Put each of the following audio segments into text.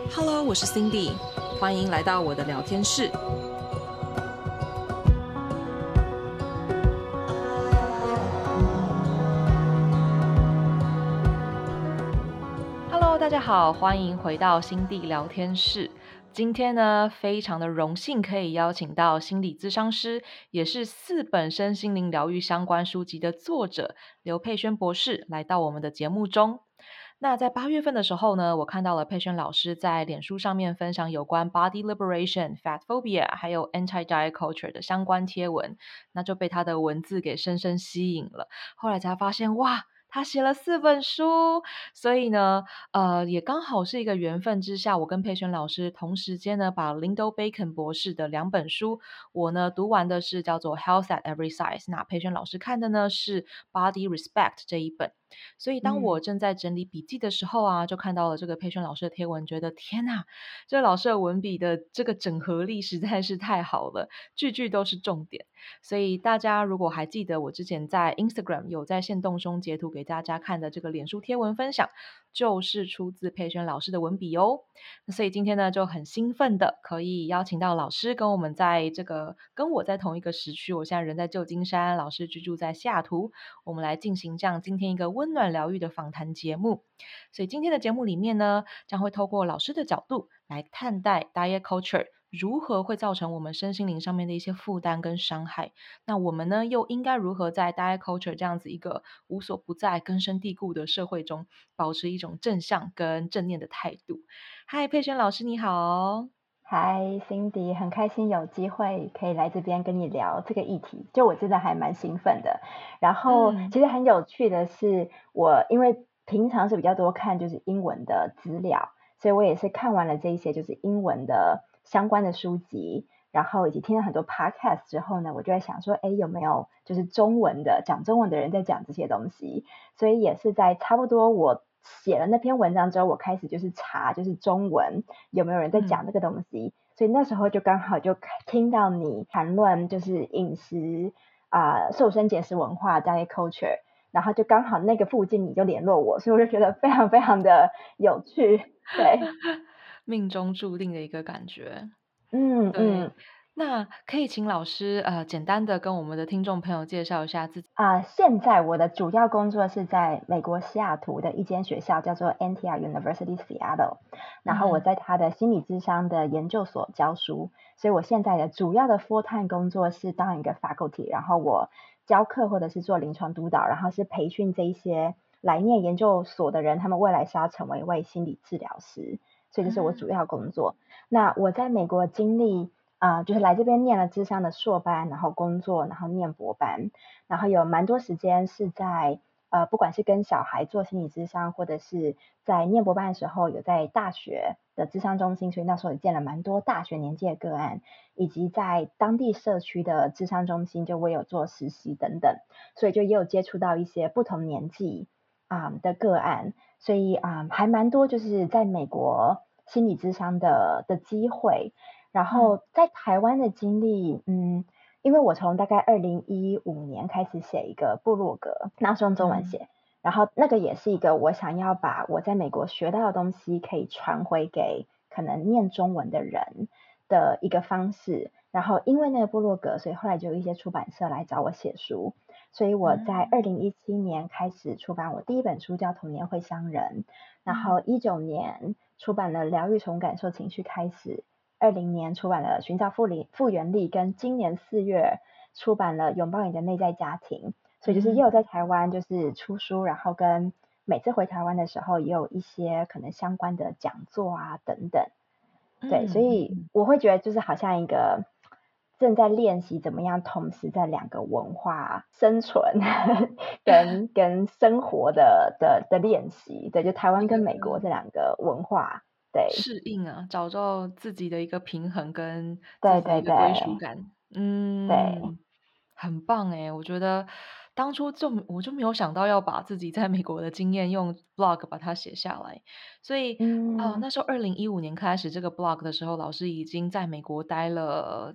Hello， 我是 Cindy， 欢迎来到我的聊天室。Hello， 大家好，欢迎回到Cindy聊天室。今天呢，非常的荣幸可以邀请到心理咨商师，也是4本身心灵疗愈相关书籍的作者刘佩萱博士来到我们的节目中。那在8月份的时候呢，我看到了佩萱老师在脸书上面分享有关 body liberation、fat phobia 还有 anti-diet culture 的相关贴文，那就被他的文字给深深吸引了。后来才发现，哇，他写了4本书，所以呢，也刚好是一个缘分之下，我跟佩萱老师同时间呢，把 Lindo Bacon 博士的2本书，我呢读完的是叫做 Health at Every Size， 那佩萱老师看的呢是 Body Respect 这一本。所以当我正在整理笔记的时候啊，就看到了这个佩萱老师的贴文，觉得天哪，这老师的文笔的这个整合力实在是太好了，句句都是重点。所以大家如果还记得我之前在 Instagram 有在限动中截图给大家看的这个脸书贴文分享，就是出自佩萱老师的文笔哦。所以今天呢就很兴奋的可以邀请到老师跟我们在跟我在同一个时区，我现在人在旧金山，老师居住在西雅图，我们来进行这样今天一个温暖疗愈的访谈节目。所以今天的节目里面呢，将会透过老师的角度来看待 diet culture 如何会造成我们身心灵上面的一些负担跟伤害。那我们呢又应该如何在 diet culture 这样子一个无所不在根深蒂固的社会中保持一种正向跟正念的态度。嗨，佩萱老师你好。 嗨 Cindy， 很开心有机会可以来这边跟你聊这个议题，就我真的还蛮兴奋的。然后其实很有趣的是，我因为平常是比较多看就是英文的资料，所以我也是看完了这一些就是英文的相关的书籍，然后以及听了很多 podcast 之后呢，我就在想说，有没有就是中文的讲中文的人在讲这些东西。所以也是在差不多我写了那篇文章之后，我开始就是查就是中文有没有人在讲这个东西。所以那时候就刚好就听到你谈论就是饮食瘦身节食文化 diet culture， 然后就刚好那个附近你就联络我，所以我就觉得非常非常的有趣。对命中注定的一个感觉。 嗯， 那可以请老师简单的跟我们的听众朋友介绍一下自己。 现在我的主要工作是在美国西雅图的一间学校叫做 NTR University Seattle， 然后我在他的心理咨商的研究所教书，所以我现在的主要的 full time 工作是当一个 faculty， 然后我教课或者是做临床督导，然后是培训这一些来念研究所的人，他们未来是要成为一位心理治疗师，所以这是我主要工作。那我在美国经历就是来这边念了咨商的硕班，然后工作，然后念博班，然后有蛮多时间是在不管是跟小孩做心理咨商，或者是在念博班的时候有在大学的咨商中心，所以那时候也见了蛮多大学年纪的个案，以及在当地社区的咨商中心，就我有做实习等等，所以就也有接触到一些不同年纪的个案，所以还蛮多就是在美国心理咨商的机会。然后在台湾的经历，因为我从大概2015年开始写一个部落格，那是用中文写，然后那个也是一个我想要把我在美国学到的东西可以传回给可能念中文的人的一个方式。然后因为那个部落格，所以后来就有一些出版社来找我写书，所以我在2017年开始出版我第一本书叫《童年会伤人》，然后19年出版了《疗愈从感受情绪开始》，20年出版了《寻找复原力》，跟今年4月出版了《拥抱你的内在家庭》。所以就是也有在台湾就是出书，然后跟每次回台湾的时候也有一些可能相关的讲座等等。对，所以我会觉得就是好像一个正在练习怎么样同时在2个文化生存跟生活的练习。对，就台湾跟美国这2个文化，对， 适应找到自己的一个平衡跟对自己的一个归属感。 对， 很棒诶，我觉得当初我就没有想到要把自己在美国的经验用 blog 把它写下来。所以那时候2015年开始这个 blog 的时候，老师已经在美国待了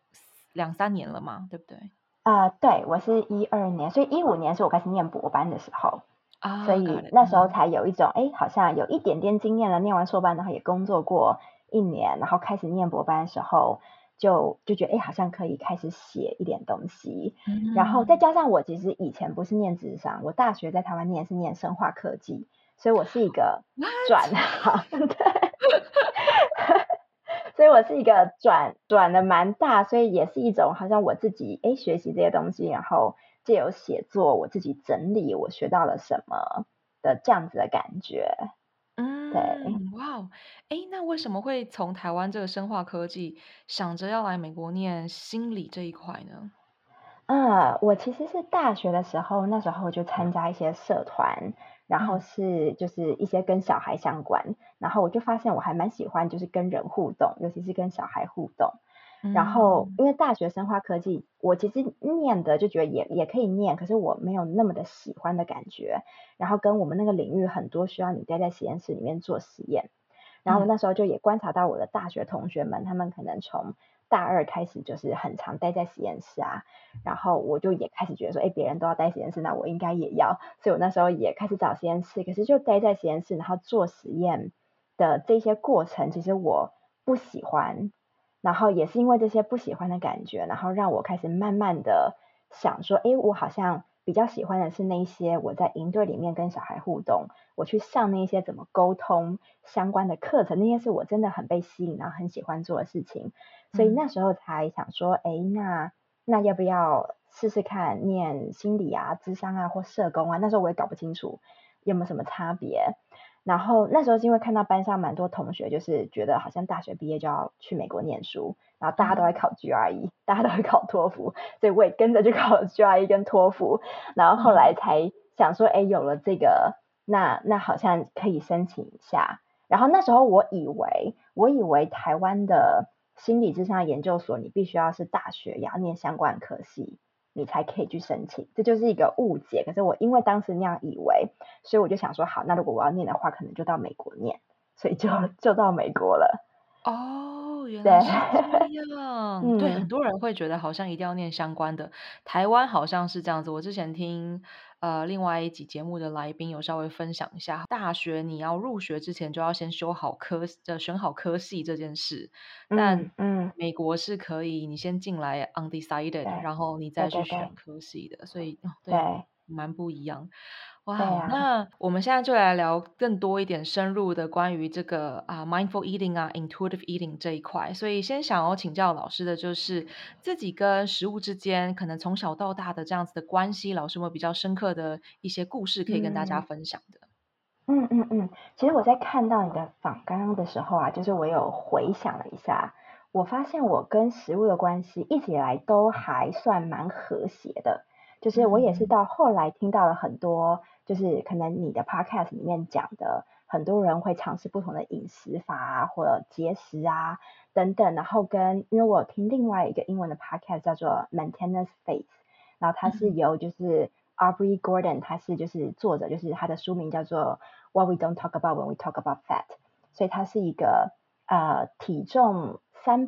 2-3年了嘛，对不对？ 对，我是12年，所以15年是我开始念博班的时候。 所啊，got 以 it， 那时候才有一种好像有一点点经验了，念完硕班然后也工作过1年，然后开始念博班的时候就觉得好像可以开始写一点东西，然后再嗯加上我其实以前不是念职商，我大学在台湾念是念生化科技，所以我是一个转 ，what？ 行，对，所以我是一个转的蛮大，所以也是一种好像我自己学习这些东西，然后借由写作我自己整理我学到了什么的这样子的感觉。对， 嗯，哇哦，诶，那为什么会从台湾这个生化科技想着要来美国念心理这一块呢？ 我其实是大学的时候，那时候就参加一些社团，然后嗯就是一些跟小孩相关，然后我就发现我还蛮喜欢就是跟人互动，尤其是跟小孩互动。然后嗯因为大学生化科技，我其实念的就觉得也可以念，可是我没有那么的喜欢的感觉。然后跟我们那个领域很多需要你待在实验室里面做实验，然后我嗯那时候就也观察到我的大学同学们，他们可能从大二开始就是很常待在实验室啊，然后我就也开始觉得说，别人都要待实验室，那我应该也要，所以我那时候也开始找实验室，可是就待在实验室，然后做实验的这些过程，其实我不喜欢，然后也是因为这些不喜欢的感觉，然后让我开始慢慢的想说，我好像比较喜欢的是那些我在营队里面跟小孩互动，我去上那些怎么沟通相关的课程，那些是我真的很被吸引，然后很喜欢做的事情，所以嗯那时候才想说，那要不要试试看念心理啊、咨商啊或社工啊？那时候我也搞不清楚有没有什么差别。然后那时候是因为看到班上蛮多同学，就是觉得好像大学毕业就要去美国念书，然后大家都嗯会考 GRE，大家都会考托福，所以我也跟着去考了 GRE 跟托福。然后后来嗯才想说，有了这个，那好像可以申请一下。然后那时候我以为台湾的心理咨商研究所，你必须要是大学也要念相关科系，你才可以去申请，这就是一个误解。可是我因为当时那样以为，所以我就想说，好，那如果我要念的话，可能就到美国念，所以就到美国了。 哦，原来对， 是这样。对，很嗯多人会觉得好像一定要念相关的，台湾好像是这样子。我之前听另外一集节目的来宾有稍微分享一下，大学你要入学之前就要先选好科系这件事，但嗯嗯， 美国是可以你先进来 undecided， 对然后你再去对对对选科系的，所以对， 对蛮不一样。哇哦， 对啊， 那我们现在就来聊更多一点深入的关于这个mindful eating intuitive eating 这一块。所以先想要请教老师的就是自己跟食物之间可能从小到大的这样子的关系，老师有没有比较深刻的一些故事可以跟大家嗯。 分享的？ 其实我在看到你的访纲的时候啊，就是我有回想了一下，我发现我跟食物的关系一直以来都还算蛮和谐的。就是我也是嗯到后来听到了很多，就是可能你的 podcast 里面讲的，很多人会尝试不同的饮食法啊，或者节食啊等等，然后因为我有听另外一个英文的 podcast 叫做 Maintenance Faith，然后它是嗯由就是 Aubrey Gordon，他是就是作者，就是他的书名叫做 What We Don't Talk About When We Talk About Fat，所以他是一个体重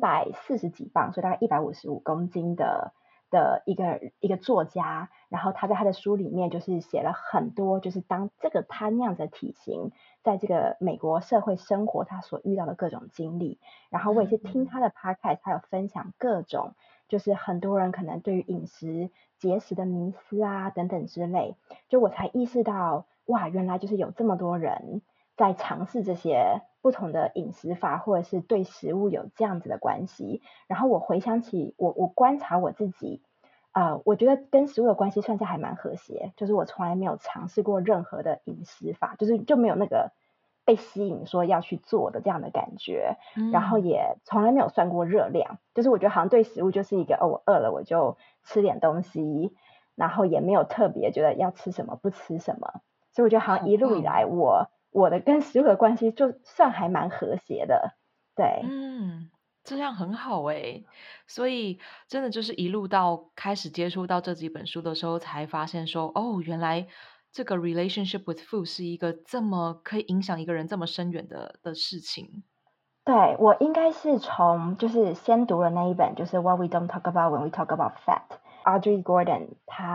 340几磅，所以大概155公斤的一个作家，然后他在他的书里面就是写了很多，就是当他那样子的体型，在这个美国社会生活他所遇到的各种经历，然后我也是听他的 podcast，他有分享各种就是很多人可能对于饮食节食的迷思啊等等之类，就我才意识到，哇，原来就是有这么多人在尝试这些不同的饮食法，或者是对食物有这样子的关系。然后我回想起我观察我自己，我觉得跟食物的关系算是还蛮和谐，就是我从来没有尝试过任何的饮食法，就没有那个被吸引说要去做的这样的感觉。然后嗯， 也从来没有算过热量，就是我觉得好像对食物就是一个我饿了我就吃点东西，然后也没有特别觉得要吃什么不吃什么，所以我觉得好像好一路以棒。 来我的跟食物的关系就算还蛮和谐的，对。 嗯，这样很好诶。所以真的就是一路到开始接触到这几本书的时候，才发现说，哦，原来这个 relationship with food 是一个这么可以影响一个人这么深远的事情。 对，我应该是从就是先读了那一本，就是 What We Don't Talk About When We Talk About Fat，Audrey Gordon 他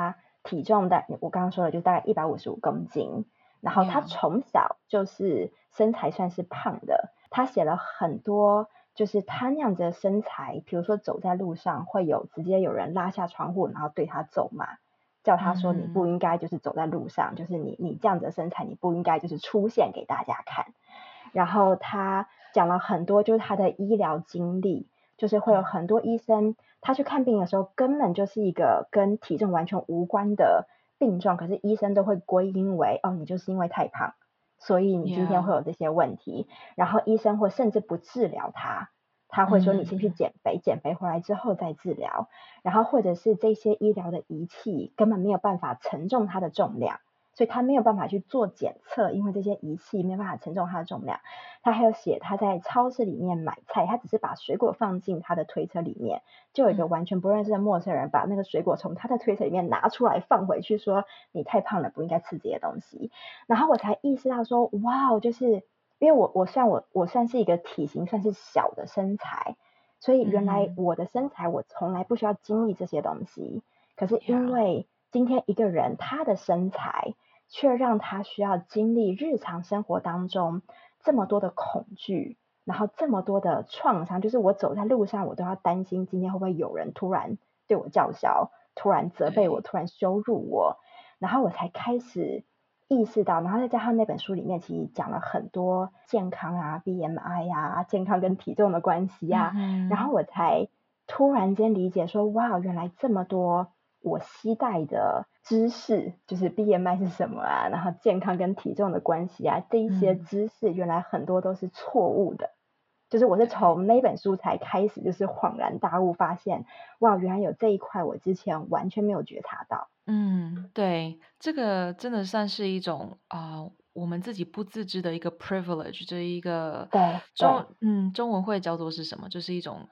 体重我刚刚说了，就大概155公斤，然后他 ，Yeah， 从小就是身材算是胖的，他写了很多。就是他那样子的身材，比如说走在路上会直接有人拉下窗户，然后对他咒骂，叫他说你不嗯应该就是走在路上，就是你这样子的身材，你不应该就是出现给大家看。然后他讲了很多就是他的医疗经历，就是会有很多医生他去看病的时候根本就是一个跟体重完全无关的病状，可是医生都会归因为你就是因为太胖，所以你今天会 ，Yeah， 有这些问题，然后医生会甚至不治疗他会说你先去嗯减肥，减肥回来之后再治疗，然后或者是这些医疗的仪器根本没有办法承重他的重量，所以他没有办法去做检测，因为这些仪器没有办法承重他的重量。他还有写他在超市里面买菜，他只是把水果放进他的推车里面，就有一个完全不认识的陌生人把那个水果从他的推车里面拿出来放回去，说你太胖了，不应该吃这些东西。然后我才意识到说，哇，就是因为我算是一个体型算是小的身材，所以原来我的身材我从来不需要经历这些东西，可是因 ，Yeah， 为今天一个人他的身材却让他需要经历日常生活当中这么多的恐惧，然后这么多的创伤，就是我走在路上我都要担心今天会不会有人突然对我叫嚣，突然责备我， 对， 突然羞辱我，然后我才开始意识到，然后再加上那本书里面其实讲了很多健康啊、BMI 啊、健康跟体重的关系啊，然后我才突然间理解说，哇，原来这么多我期待的知识，就是 BMI 是什么啊，然后健康跟体重的关系啊，这一些知识原来很多都是错误的。就是我是对。 从那本书才开始，就是恍然大悟，发现哇，原来有这一块我之前完全没有觉察到。 嗯，对，这个真的算是一种我们自己不自知的一个 privilege，这一个对对， 中文会叫做是什么？就是一种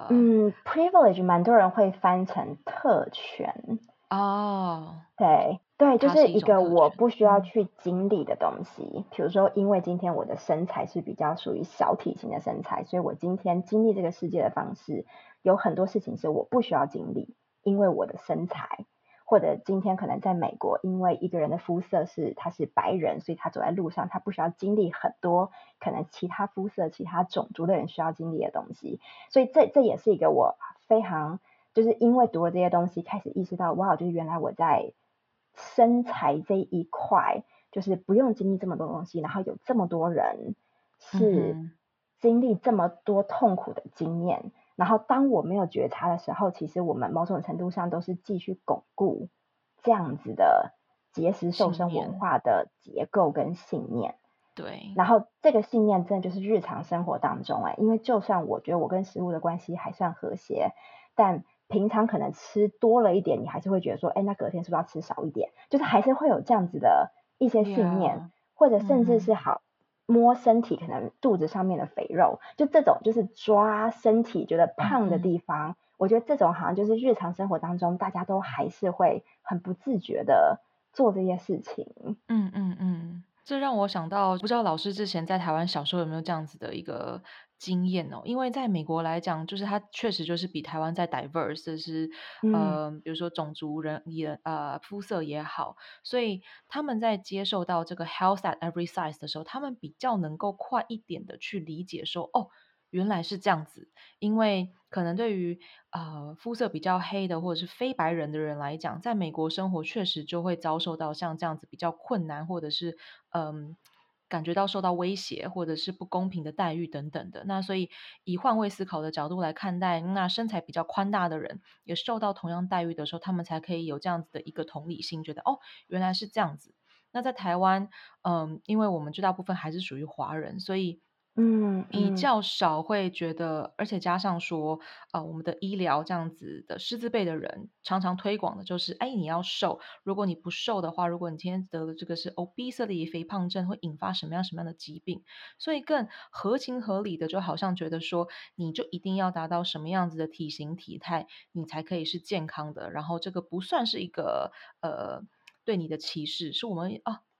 privilege 蛮多人会翻成特权， 哦， 对对，就它是一是一个种特权， 我不需要去经历的东西。比如说，因为今天我的身材是比较属于小体型的身材，所以我今天经历这个世界的方式，有很多事情是我不需要经历，因为我的身材。或者今天可能在美国，因为一个人的肤色他是白人，所以他走在路上，他不需要经历很多可能其他肤色、其他种族的人需要经历的东西。所以这也是一个我非常就是因为读了这些东西，开始意识到，哇，就是原来我在身材这一块，就是不用经历这么多东西，然后有这么多人是嗯哼， 经历这么多痛苦的经验，然后当我没有觉察的时候，其实我们某种程度上都是继续巩固这样子的节食瘦身文信念， 化的结构跟信念。 对， 然后这个信念真的就是日常生活当中因为就算我觉得我跟食物的关系还算和谐，但平常可能吃多了一点，你还是会觉得说，哎，那隔天是不是要吃少一点？就是还是会有这样子的一些信念， 呀， 或者甚至是嗯哼。 好摸身体可能肚子上面的肥肉，就这种就是抓身体觉得胖的嗯哼。 地方，我觉得这种好像就是日常生活当中大家都还是会很不自觉的做这些事情。 这让我想到，不知道老师之前在台湾小时候有没有这样子的一个经验哦？因为在美国来讲，就是它确实就是比台湾在 diverse，就是嗯比如说种族人也肤色也好，所以他们在接受到这个 health at every size 的时候，他们比较能够快一点的去理解说，哦，原来是这样子。因为可能对于肤色比较黑的或者是非白人的人来讲，在美国生活确实就会遭受到像这样子比较困难，或者是感觉到受到威胁，或者是不公平的待遇等等的。那所以以换位思考的角度来看待，那身材比较宽大的人也受到同样待遇的时候，他们才可以有这样子的一个同理心，觉得哦，原来是这样子。那在台湾，因为我们绝大部分还是属于华人，所以比嗯嗯较少会觉得，而且加上说，我们的医疗这样子的师资辈的人，常常推广的就是，哎，你要瘦，如果你不瘦的话，如果你今天得了这个是 obesity 肥胖症，会引发什么样的疾病，所以更合情合理的，就好像觉得说，你就一定要达到什么样子的体型体态，你才可以是健康的，然后这个不算是一个对你的歧视，是我们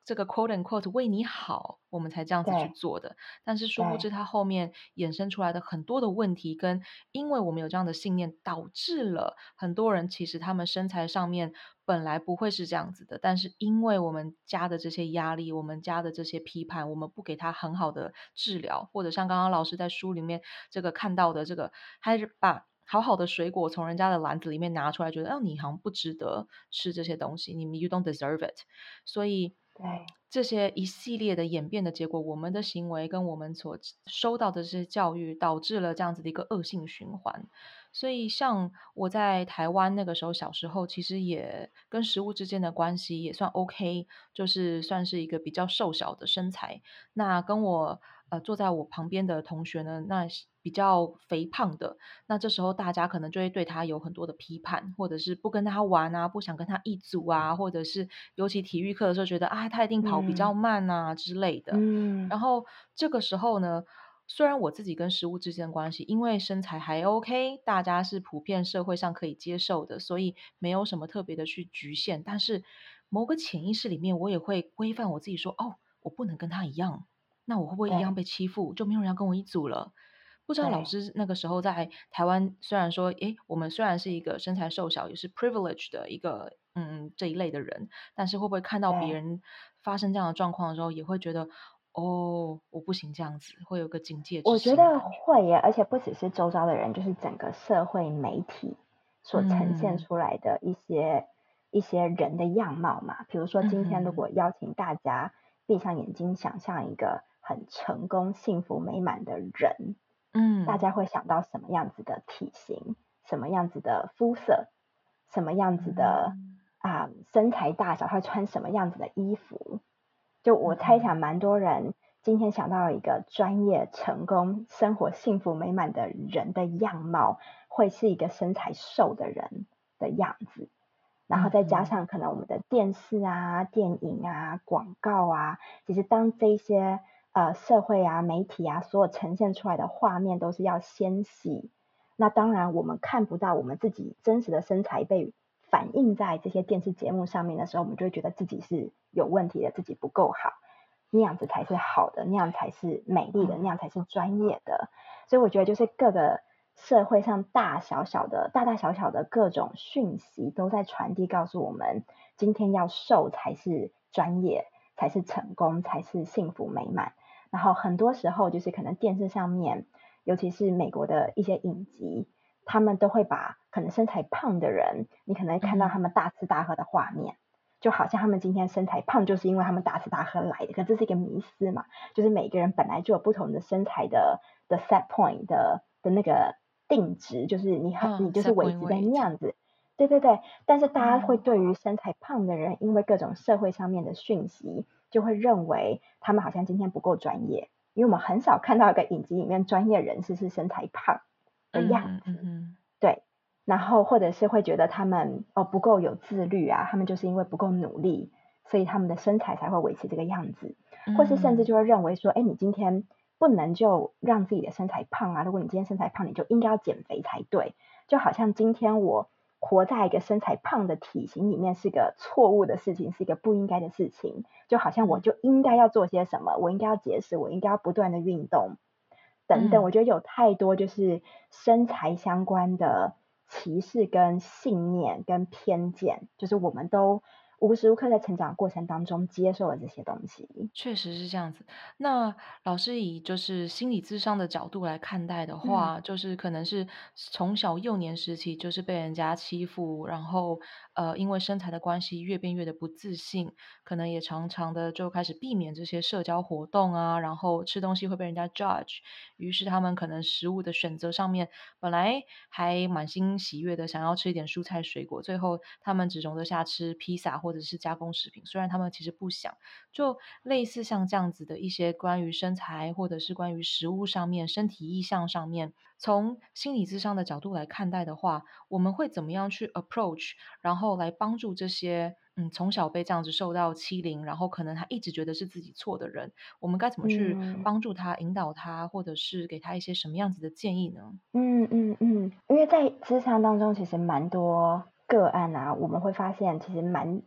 这个 quote and quote 为你好，我们才这样子去对做的。但是殊不对， 知，它后面衍生出来的很多的问题，跟因为我们有这样的信念，导致了很多人其实他们身材上面本来不会是这样子的，但是因为我们加的这些压力，我们加的这些批判，我们不给他很好的治疗，或者像刚刚老师在书里面这个看到的这个，还是把好好的水果从人家的篮子里面拿出来，觉得，哦，你好像不值得吃这些东西，你 you don't deserve it。所以对， 这些一系列的演变的结果，我们的行为跟我们所收到的这些教育，导致了这样子的一个恶性循环。所以像我在台湾那个时候小时候，其实也跟食物之间的关系也算 OK，就是算是一个比较瘦小的身材。那跟我坐在我旁边的同学呢，那是比较肥胖的，那这时候大家可能就会对他有很多的批判，或者是不跟他玩啊，不想跟他一组啊，或者是尤其体育课的时候觉得啊，他一定跑比嗯较慢啊之类的。 嗯， 然后这个时候呢，虽然我自己跟食物之间的关系，因为身材还 OK，大家是普遍社会上可以接受的，所以没有什么特别的去局限。但是某个潜意识里面，我也会规范我自己说，哦，我不能跟他一样，那我会不会一样对被欺负？就没有人要跟我一组了。不知道老对师那个时候在台湾，虽然说，诶，我们虽然是一个身材瘦小，也是 privilege 的一个，这一类的人，但是会不会看到别对。 人发生这样的状况的时候，也会觉得，哦，我不行这样子，会有个警戒之我觉得心的感觉。 会耶，而且不只是周遭的人，就是整个社会媒体所呈现嗯出来的一些人的样貌嘛。比如说，今天如嗯哼， 果邀请大家闭上眼睛，想象一个很成功、幸福美满的人，大嗯家会想到什么样子的体型，什么样子的肤色，什么样子的嗯身材大小，他会穿什么样子的衣服？就我猜想， 嗯哼， 蛮多人今天想到一个专业、成功、生活幸福美满的人的样貌，会是一个身材瘦的人的样子。然后再加嗯哼， 上可能我们的电视啊、电影啊、广告啊，其实当这些社会啊、媒体啊，所有呈现出来的画面都是要纤细，那当然我们看不到我们自己真实的身材被反映在这些电视节目上面的时候，我们就会觉得自己是有问题的，自己不够好，那样子才是好的，那样才是美丽的，那嗯样才是专业的。所以我觉得就是各个社会上大大小小的各种讯息都在传递，告诉我们今天要瘦才是专业，才是成功，才是幸福美满。然后很多时候就是可能电视上面，尤其是美国的一些影集，他们都会把可能身材胖的人，你可能会看到他嗯们大吃大喝的画面。就好像他们今天身材胖，就是因为他们大吃大喝来的，可这是一个迷思嘛？就是每个人本来就有不同的身材的 set point 的那个定值，就是你就是 ，set 维 point 持在那 weight， 样子，对对对。但是大家会嗯对于身材胖的人，因为各种社会上面的讯息，就会认为他们好像今天不够专业，因为我们很少看到一个影集里面专业人士是身材胖的嗯样子， 哼嗯哼对。然后或者是会觉得他们不够有自律啊，他们就是因为不够努力，所以他们的身材才会维持这个样子，或是甚至嗯就会认为说，哎，你今天不能就让自己的身材胖啊，如果你今天身材胖，你就应该要减肥才对，就好像今天我活在一个身材胖的体型里面是个错误的事情，是一个不应该的事情，就好像我嗯就应该要做些什么，我应该要节食，我应该要不断的运动，等等，我嗯。 觉得有太多就是身材相关的歧视跟信念跟偏见，就是我们都无时无刻在成长过程当中接受了这些东西。 确实是这样子。那老师以就是心理咨商的角度来看待的嗯话，就是可能是从小幼年时期就是被人家欺负，然后因为身材的关系越变越的不自信，可能也常常的就开始避免这些社交活动啊，然后吃东西会被人家 judge，于是他们可能食物的选择上面本来还满心喜悦的想要吃一点蔬菜水果，最后他们只容得下吃披萨或者是加工食品，虽然他们其实不想。就类似像这样子的一些关于身材，或者是关于食物上面、身体意象上面，从心理咨商的角度来看待的话，我们会怎么样去 approach，然后来帮助这些从小被这样子受到欺凌，然后可能他一直觉得是自己错的人，我们该怎么去嗯帮助他、引导他，或者是给他一些什么样子的建议呢？ 因为在咨商当中，其实蛮多个案啊，我们会发现其实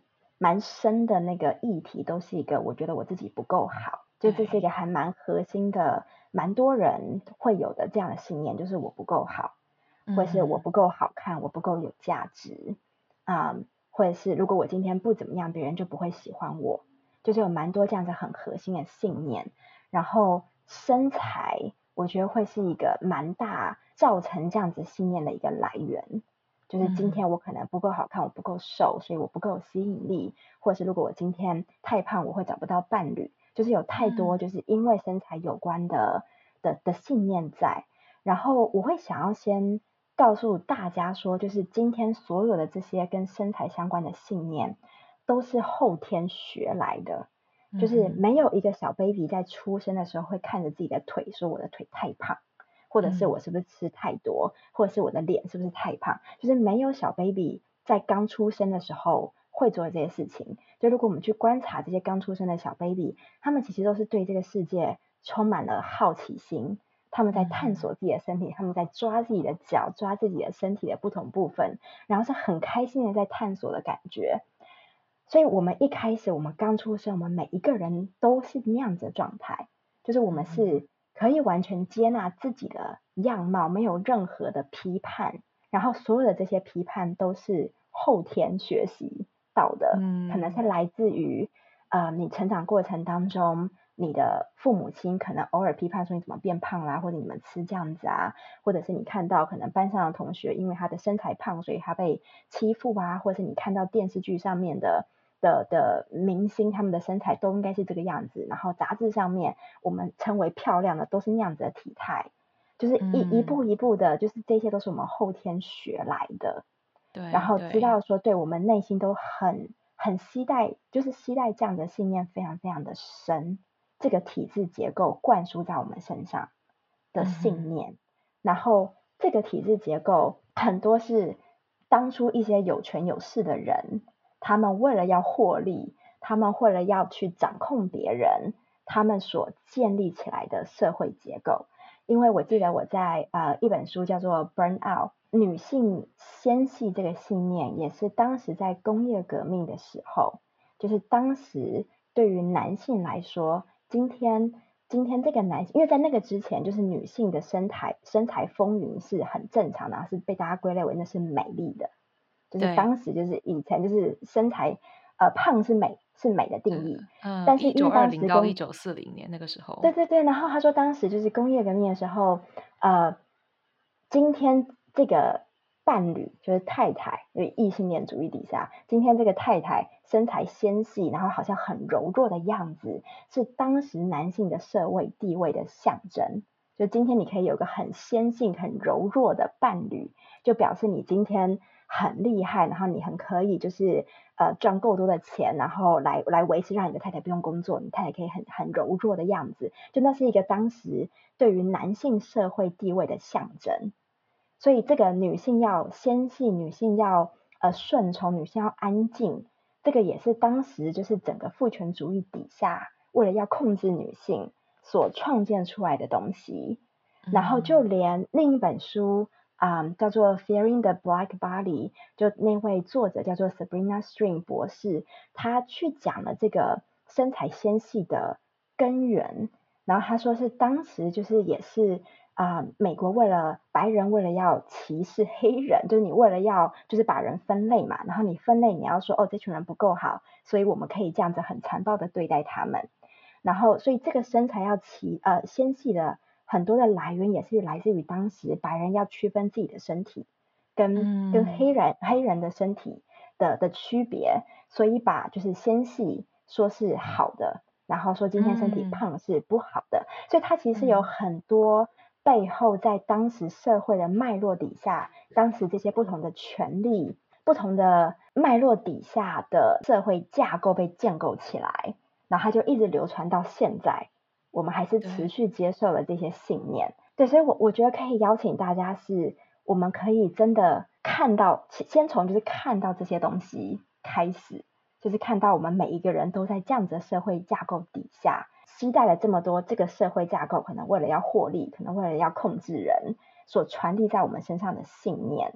蛮深的那个议题，都是一个我觉得我自己不够好，就这是一个还蛮核心的，蛮多人会有的这样的信念，就是我不够好，或者是我不够好看，我不够有价值，或者是如果我今天不怎么样，别人就不会喜欢我，就是有蛮多这样子很核心的信念。然后身材，我觉得会是一个蛮大造成这样子信念的一个来源。就是今天我可能不够好看，我不够瘦，所以我不够有吸引力，或者是如果我今天太胖，我会找不到伴侣，就是有太多就是因为身材有关的信念在。然后我会想要先告诉大家说，就是今天所有的这些跟身材相关的信念，都是后天学来的。就是没有一个小 baby 在出生的时候会看着自己的腿说我的腿太胖，或者是我是不是吃太多，或者是我的脸是不是太胖，就是没有小 baby 在刚出生的时候会做这些事情。就如果我们去观察这些刚出生的小 baby， 他们其实都是对这个世界充满了好奇心，他们在探索自己的身体，他们在抓自己的脚，抓自己的身体的不同部分，然后是很开心的在探索的感觉。所以我们一开始，我们刚出生，我们每一个人都是那样子的状态，就是我们是可以完全接纳自己的样貌，没有任何的批判，然后所有的这些批判都是后天学习到的，可能是来自于你成长过程当中，你的父母亲可能偶尔批判说你怎么变胖啦，或者你们吃这样子啊，或者是你看到可能班上的同学因为他的身材胖，所以他被欺负啊，或者是你看到电视剧上面的明星，他们的身材都应该是这个样子，然后杂志上面我们称为漂亮的都是那样子的体态，就是一步一步的，就是这些都是我们后天学来的。然后知道说，对我们内心都很期待，就是期待这样的信念非常非常的深，这个体制结构灌输在我们身上的信念。然后这个体制结构很多是当初一些有权有势的人，他们为了要获利，他们为了要去掌控别人，他们所建立起来的社会结构。因为我记得我在一本书叫做《Burn Out》，女性纤细这个信念，也是当时在工业革命的时候，就是当时对于男性来说，今天这个男性，因为在那个之前，就是女性的身材丰腴是很正常的，是被大家归类为那是美丽的，就是当时就是以前就是身材胖是美的定义，但是因为当时到1940年那个时候， 对对对，然后他说当时就是工业革命的时候，今天这个伴侣就是太太，因为异性恋主义底下，今天这个太太身材纤细，然后好像很柔弱的样子，是当时男性的社会地位的象征。就今天你可以有个很纤细、很柔弱的伴侣，就表示你今天很厉害，然后你很可以就是赚够多的钱，然后来维持让你的太太不用工作，你太太可以很柔弱的样子，就那是一个当时对于男性社会地位的象征。所以这个女性要纤细，女性要顺从，女性要安静，这个也是当时就是整个父权主义底下为了要控制女性所创建出来的东西。然后就连另一本书叫做《Fearing the Black Body》，就那位作者叫做 Sabrina String 博士，他去讲了这个身材纤细的根源。然后他说是当时就是也是美国白人为了要歧视黑人，就是你为了要就是把人分类嘛，然后你分类你要说这群人不够好，所以我们可以这样子很残暴的对待他们。然后所以这个身材要纤细的很多的来源也是来自于当时白人要区分自己的身体跟黑人的身体的区别，所以把就是纤细说是好的，然后说今天身体胖是不好的，所以它其实是有很多背后在当时社会的脉络底下，当时这些不同的权利、不同的脉络底下的社会架构被建构起来，然后它就一直流传到现在，我们还是持续接受了这些信念。对，所以我觉得可以邀请大家是，我们可以真的看到，先从就是看到这些东西开始，就是看到我们每一个人都在这样子的社会架构底下，期待了这么多这个社会架构可能为了要获利，可能为了要控制人，所传递在我们身上的信念。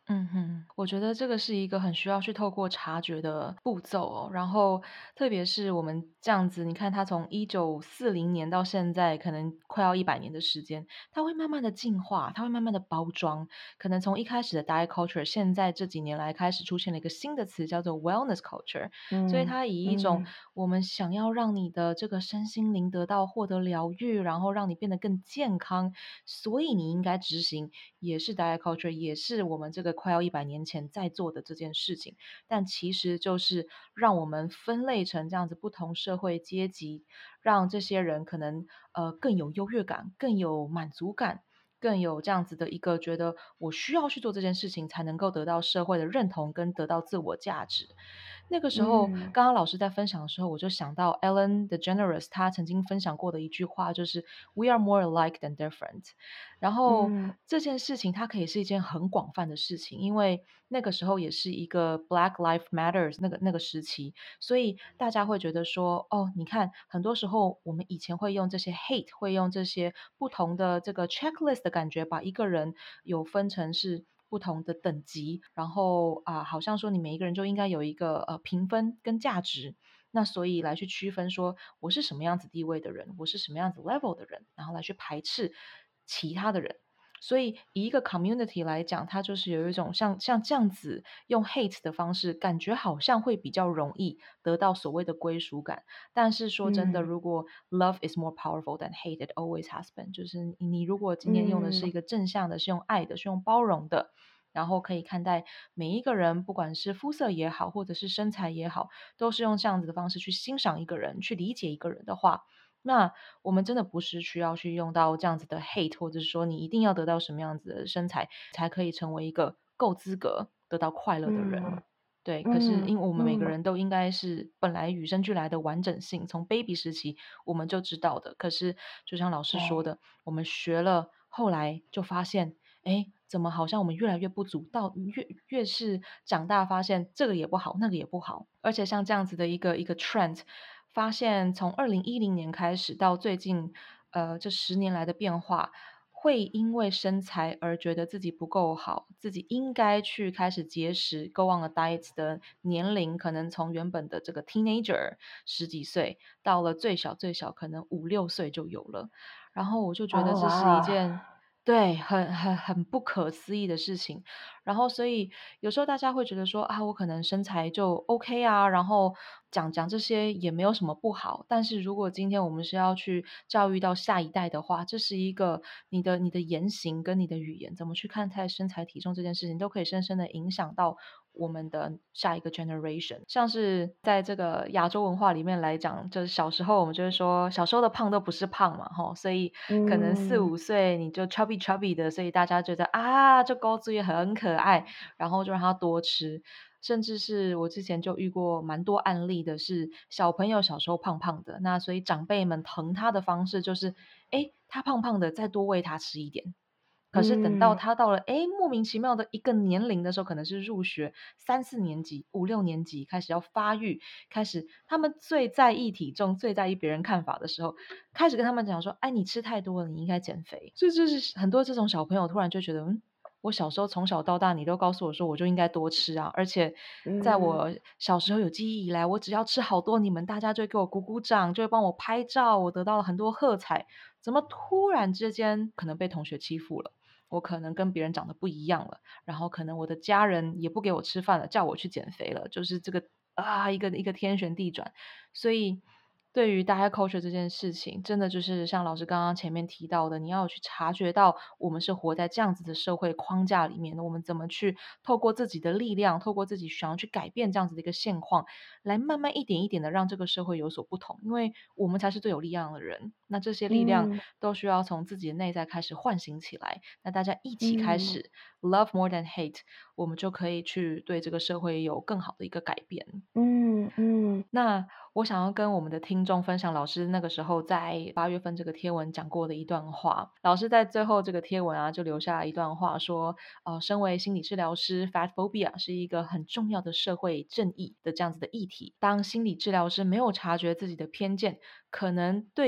嗯哼，我觉得这个是一个很需要去透过察觉的步骤哦。然后，特别是我们这样子，你看他从1940年到现在，可能快要100年的时间，它会慢慢的进化，它会慢慢的包装。可能从一开始的 diet culture，现在这几年来开始出现了一个新的词，叫做 wellness culture。所以嗯它以一种嗯我们想要让你的这个身心灵获得疗愈，然后让你变得更健康，所以你应该执行，也是 diet culture，也是我们这个快要100年前在做的这件事情。但其实就是让我们分类成这样子不同社会阶级，让这些人可能更有优越感，更有满足感。更有这样子的一个觉得我需要去做这件事情，才能够得到社会的认同跟得到自我价值。那个时候， 嗯刚刚老师在分享的时候，我就想到 Ellen DeGeneres 她曾经分享过的一句话，就是 "We are more alike than different." 然后嗯这件事情它可以是一件很广泛的事情，因为那个时候也是一个 Black Lives Matters 那个时期，所以大家会觉得说，哦，你看，很多时候我们以前会用这些 hate，会用这些不同的这个 checklist 的感觉，把一个人有分成是不同的等级，然后好像说你每一个人就应该有一个评分跟价值，那所以来去区分说我是什么样子地位的人，我是什么样子 level 的人，然后来去排斥其他的人。所以以一个 community 来讲，它就是有一种像这样子用 hate 的方式，感觉好像会比较容易得到所谓的归属感。但是说真的， 嗯如果 love is more powerful than hate, it always has been。就是你如果今天用的是嗯一个正向的，是用爱的，是用包容的，然后可以看待每一个人，不管是肤色也好，或者是身材也好，都是用这样子的方式去欣赏一个人，去理解一个人的话，那我们真的不是需要去用到这样子的 hate，或者是说你一定要得到什么样子的身材，才可以成为一个够资格得到快乐的人。 嗯对，可是因嗯为我们每个嗯人都应该是本来与生俱来的完整性，从 baby 时期我们就知道的。可是就像老师说对的，我们学了，后来就发现，哎，怎么好像我们越来越不足，到越是长大，发现这个也不好，那个也不好。而且像这样子的一个 trend，发现从2010年开始到最近，这10年来的变化，会因为身材而觉得自己不够好，自己应该去开始节食，go on a diet 的年龄，可能从原本的这个 teenager 十几岁，到了最小最小可能5、6岁就有了。然后我就觉得哦这是一哇件对，很不可思议的事情。然后所以有时候大家会觉得说啊，我可能身材就 OK 啊，然后讲这些也没有什么不好。但是如果今天我们是要去教育到下一代的话，这是一个你的言行跟你的语言怎么去看待身材体重这件事情，都可以深深的影响到我们的下一个 generation。像是在这个亚洲文化里面来讲，就是小时候我们就会说，小时候的胖都不是胖嘛，吼，所以可能四嗯五岁你就 chubby chubby 的，所以大家觉得啊，这高子也很可爱，然后就让他多吃。甚至是我之前就遇过蛮多案例的是，小朋友小时候胖胖的，那所以长辈们疼他的方式就是，诶，他胖胖的，再多喂他吃一点。可是等到嗯他到了，诶，莫名其妙的一个年龄的时候，可能是入学3、4年级、5、6年级开始要发育，开始他们最在意体重、最在意别人看法的时候，开始跟他们讲说："哎，你吃太多了，你应该减肥。"所以就是很多这种小朋友突然就觉得，我小时候从小到大，你都告诉我说我就应该多吃啊，而且在嗯我小时候有记忆以来，我只要吃好多，你们大家就会给我鼓鼓掌，就会帮我拍照，我得到了很多喝彩。怎么突然之间可能被同学欺负了？我可能跟别人长得不一样了，然后可能我的家人也不给我吃饭了，叫我去减肥了，就是这个一个天旋地转。所以对于 diet culture 这件事情，真的就是像老师刚刚前面提到的，你要有去察觉到我们是活在这样子的社会框架里面的，我们怎么去透过自己的力量，透过自己想要去改变这样子的一个现况，来慢慢一点一点的让这个社会有所不同，因为我们才是最有力量的人。那这些力量嗯都需要从自己的内在开始唤醒起来，那大家一起开嗯始 love more than hate，我们就可以去对这个社会有更好的一个改变。 嗯嗯那我想要跟我们的听众分享老师那个时候在8月份这个贴文讲过的一段话。老师在最后这个贴文就留下一段话说，身为心理治疗师 fat phobia 是一个很重要的社会正义的这样子的议题。当心理治疗师没有察觉自己的偏见，可能对个案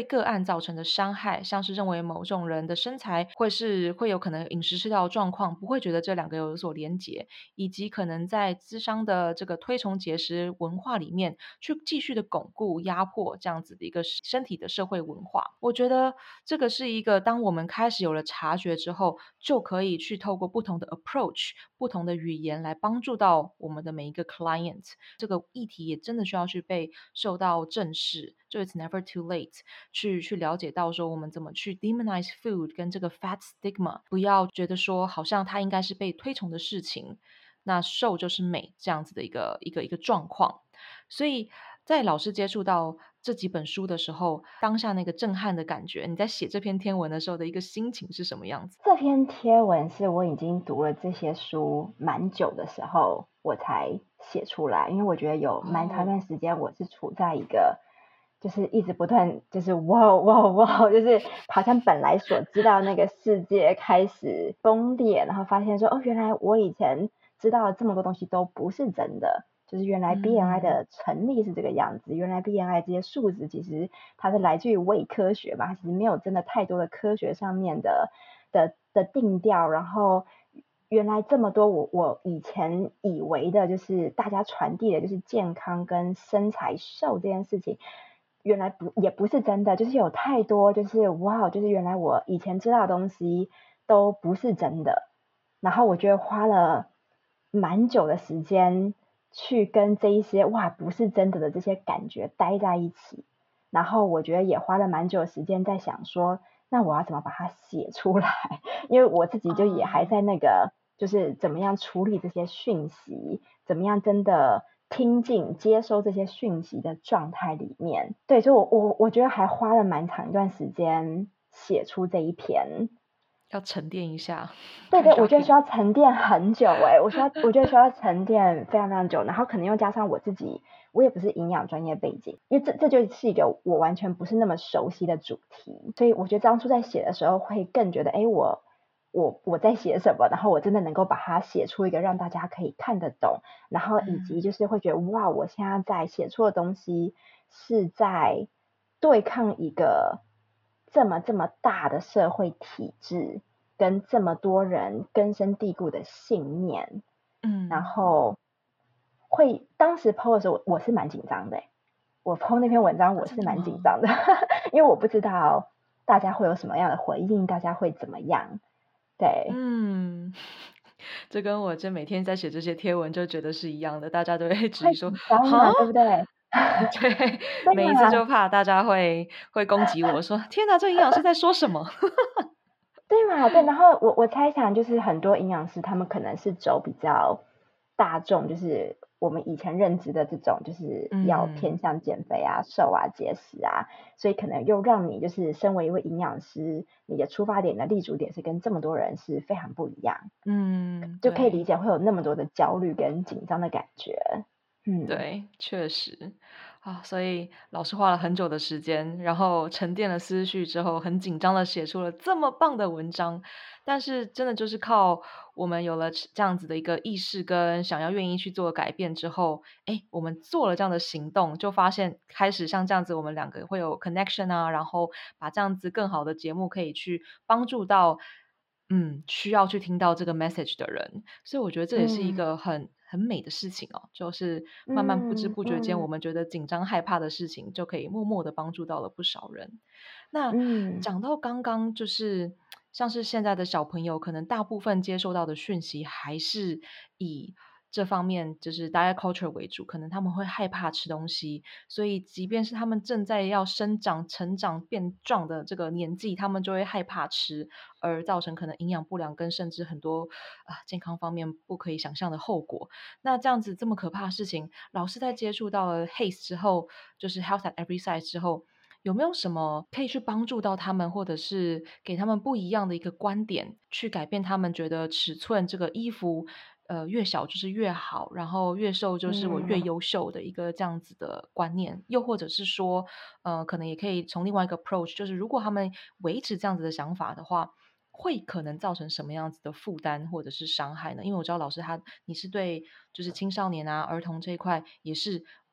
造成的伤害，像是认为某种人的身材会有可能饮食失调的状况，不会觉得这两个有所连结，以及可能在咨商的这个推崇节食文化里面，去继续的巩固、压迫这样子的一个身体的社会文化。我觉得这个是一个当我们开始有了察觉之后，就可以去透过不同的 approach、不同的语言来帮助到我们的每一个 client。这个议题也真的需要去被受到正视，就 it's never too late 去了解到说我们怎么去 demonize food 跟这个 fat stigma，不要觉得说好像它应该是被推崇的事情，那瘦就是美这样子的一个状况。所以在老师接触到这几本书的时候，当下那个震撼的感觉，你在写这篇天文的时候的一个心情是什么样子？ 这篇贴文是我已经读了这些书蛮久的时候我才写出来，因为我觉得有蛮长一段时间我是处在一个就是一直不断就是哇哇哇，就是好像本来所知道那个世界开始崩裂，然后发现说哦，原来我以前知道的这么多东西都不是真的。就是原来 BMI 的成立是这个样子，原来 BMI 这些数值其实它是来自于伪科学嘛，它其实没有真的太多的科学上面的定调，然后原来这么多我以前以为的就是大家传递的就是健康跟身材瘦这件事情，原来也不是真的，就是有太多就是哇，就是原来我以前知道的东西都不是真的，然后我觉得花了蛮久的时间去跟这一些哇不是真的的这些感觉待在一起，然后我觉得也花了蛮久的时间在想说，那我要怎么把它写出来？因为我自己就也还在那个就是怎么样处理这些讯息，怎么样真的听进接收这些讯息的状态里面。对，所以我觉得还花了蛮长一段时间写出这一篇。 要沉淀一下， 对对， 感觉要停。 我觉得需要沉淀很久我觉得需要沉淀非常非常久，然后可能又加上我自己，我也不是营养专业背景，因为这就是一个我完全不是那么熟悉的主题，所以我觉得当初在写的时候会更觉得，哎，我在写什么，然后我真的能够把它写出一个让大家可以看得懂，然后以及就是会觉得哇，我现在在写出的东西是在对抗一个这么大的社会体制。跟这么多人根深蒂固的信念，然后当时 PO 的时候，我是蛮紧张的。我 PO 那篇文章我是蛮紧张的，因为我不知道大家会有什么样的回应，大家会怎么样。对， 这跟我每天在写这些贴文就觉得是一样的，大家都会质疑说， 会紧张哈， 嘛，对不对？ 对， 对每一次嘛， 就怕大家会攻击我说，天哪，这营养师在说什么？ 对嘛，对。然后我猜想，就是很多营养师他们可能是走比较大众，就是我们以前认知的这种，就是要偏向减肥啊、瘦啊、节食啊，所以可能又让你就是身为一位营养师，你的出发点的立足点是跟这么多人是非常不一样，就可以理对。 解会有那么多的焦虑跟紧张的感觉。 对，确实啊，所以老师花了很久的时间，然后沉淀了思绪之后，很紧张的写出了这么棒的文章。但是真的就是靠我们有了这样子的一个意识跟想要愿意去做改变之后，哎，我们做了这样的行动，就发现开始像这样子，我们两个会有 connection 啊，然后把这样子更好的节目可以去帮助到，需要去听到这个 message 的人。所以我觉得这也是一嗯个很美的事情哦，就是慢慢不知嗯不觉间，我嗯们觉得紧张害怕的事情，就可以默默的帮助到了不少人。那嗯讲到刚刚就是像是现在的小朋友，可能大部分接受到的讯息还是以这方面就是 diet culture 为主，可能他们会害怕吃东西，所以即便是他们正在要生长、成长、变壮的这个年纪，他们就会害怕吃，而造成可能营养不良跟甚至很多健康方面不可以想象的后果。那这样子这么可怕的事情，老师在接触到了 HACE 之后，就是 Health at Every Size 之后，有没有什么可以去帮助到他们，或者是给他们不一样的一个观点，去改变他们觉得尺寸这个衣服，越小就是越好，然后越瘦就是我越嗯优秀的一个这样子的观念，又或者是说，可能也可以从另外一个 approach，就是如果他们维持这样子的想法的话，会可能造成什么样子的负担或者是伤害呢？因为我知道老师你是对就是青少年啊、儿童这一块也是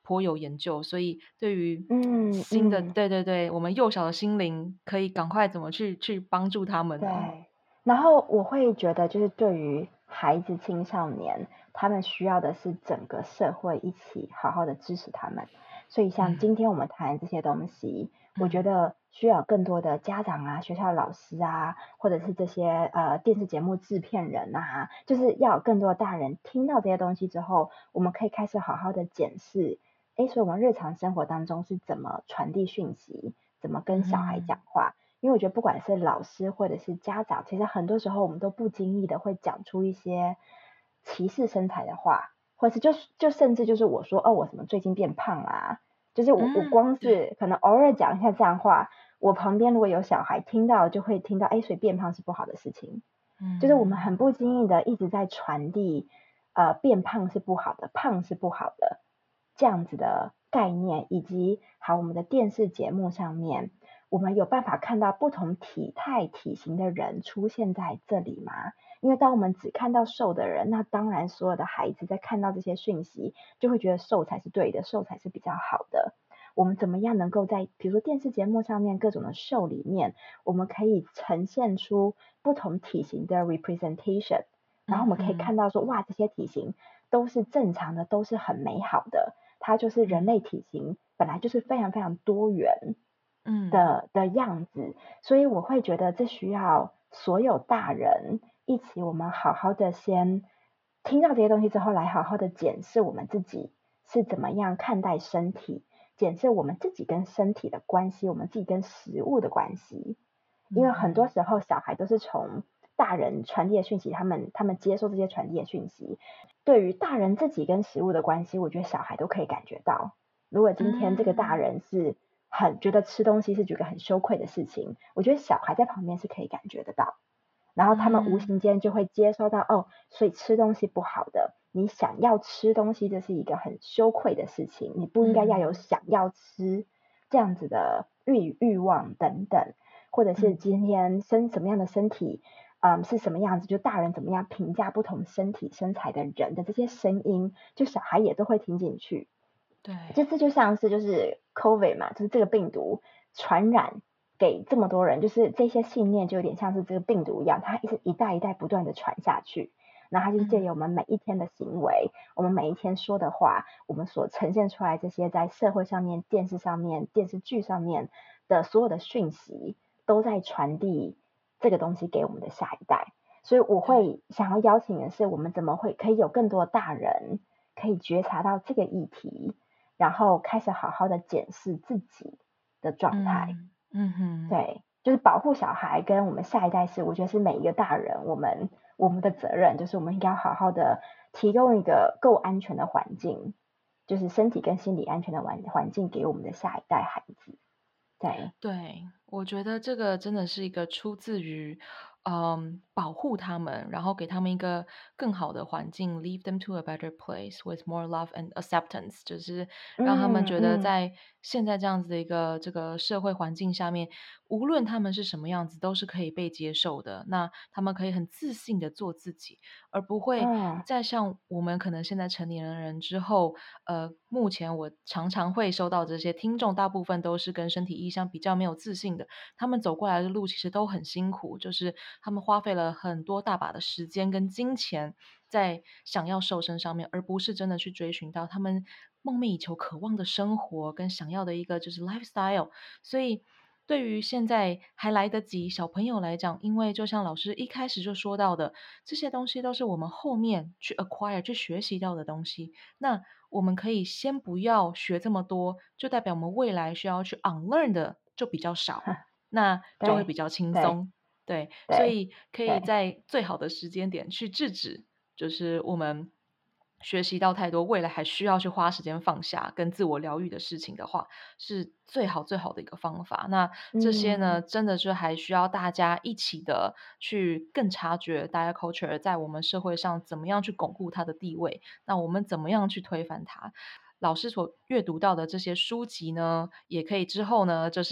颇有研究，所以对于嗯新的， 嗯。 对对对，我们幼小的心灵可以赶快怎么去帮助他们呢？ 对，然后我会觉得，就是对于孩子、青少年，他们需要的是整个社会一起好好的支持他们。所以像嗯今天我们谈这些东西，我觉嗯得需要更多的家长啊、学校的老师啊，或者是这些电视节目制片人啊，就是要有更多的大人听到这些东西之后，我们可以开始好好的检视，所以我们日常生活当中是怎么传递讯息，怎么跟小孩讲嗯话。因为我觉得不管是老师或者是家长，其实很多时候我们都不经意的会讲出一些歧视身材的话，或者是就甚至就是我说哦，我怎么最近变胖啦、就是我嗯， 光对， 是可能偶尔讲一下这样话，我旁边如果有小孩听到，就会听到所以变胖是不好的事情。就是我们嗯很不经意的一直在传递，变胖是不好的，胖是不好的这样子的概念，以及好我们的电视节目上面，我们有办法看到不同体态、体型的人出现在这里吗？因为当我们只看到瘦的人，那当然所有的孩子在看到这些讯息，就会觉得瘦才是对的，瘦才是比较好的。我们怎么样能够在比如说电视节目上面各种的秀里面，我们可以呈现出不同体型的 representation，然后我们可以看嗯到说，哇，这些体型都是正常的，都是很美好的。它就是人类体型本来就是非常非常多元嗯的样子，所以我会觉得这需要所有大人一起，我们好好的先听到这些东西之后，来好好的检视我们自己是怎么样看待身体，检视我们自己跟身体的关系，我们自己跟食物的关系。因为很多嗯时候小孩都是从大人传递的讯息，他们接受这些传递的讯息，对于大人自己跟食物的关系，我觉得小孩都可以感觉到。如果今天这个大嗯人是很觉得吃东西是觉得很羞愧的事情，我觉得小孩在旁边是可以感觉得到。然后他们无嗯形间就会接收到，哦，所以吃东西不好的，你想要吃东西，这是一个很羞愧的事情，你不应该要有嗯想要吃这样子的欲望等等，或者是嗯， 今天什么样的身体，是什么样子，就大人怎么样评价不同身体身材的人的这些声音，就小孩也都会听进去。 对， 这就像是就是 COVID 嘛，就是这个病毒传染给这么多人，就是这些信念就有点像是这个病毒一样，它是一代一代不断的传下去。那它就是借由我们每一天的行为，我们每一天说的话，我们所呈现出来这些在社会上面、电视上面、电视剧上面的所有的讯息，都在传递这个东西给我们的下一代。所以我对， 会想要邀请的是，我们怎么会可以有更多的大人可以觉察到这个议题，然后开始好好的检视自己的状态。 嗯哼， 对，就是保护小孩跟我们下一代是，我觉得是每一个大人我们的责任，就是我们应该要好好的提供一个够安全的环境，就是身体跟心理安全的环境给我们的下一代孩子。对， 对，我觉得这个真的是一个出自于，保护他们，然后给他们一个更好的环境，leave them to a better place with more love and acceptance，就是让他们觉得嗯嗯， 在现在这样子的一个这个社会环境下面，无论他们是什么样子，都是可以被接受的。那他们可以很自信的做自己，而不会嗯再像我们可能现在成年人之后，目前我常常会收到这些听众，大部分都是跟身体意向比较没有自信的，他们走过来的路其实都很辛苦，就是他们花费了很多大把的时间跟金钱在想要瘦身上面，而不是真的去追寻到他们梦寐以求、渴望的生活跟想要的一个就是 lifestyle。所以对于现在还来得及小朋友来讲，因为就像老师一开始就说到的，这些东西都是我们后面去 acquire 去学习到的东西。那我们可以先不要学这么多，就代表我们未来需要去 unlearn 的就比较少，那就会对比较轻对松。对，所对以可以对， 在最好的时间点去制止，就是我们学习到太多，未来还需要去花时间放下跟自我疗愈的事情的话，是最好最好的一个方法。那这些呢， 嗯。 真的是还需要大家一起的去更察觉 diet culture 在我们社会上怎么样去巩固它的地位，那我们怎么样去推翻它？老师所阅读到的这些书籍呢，也可以之后呢，就是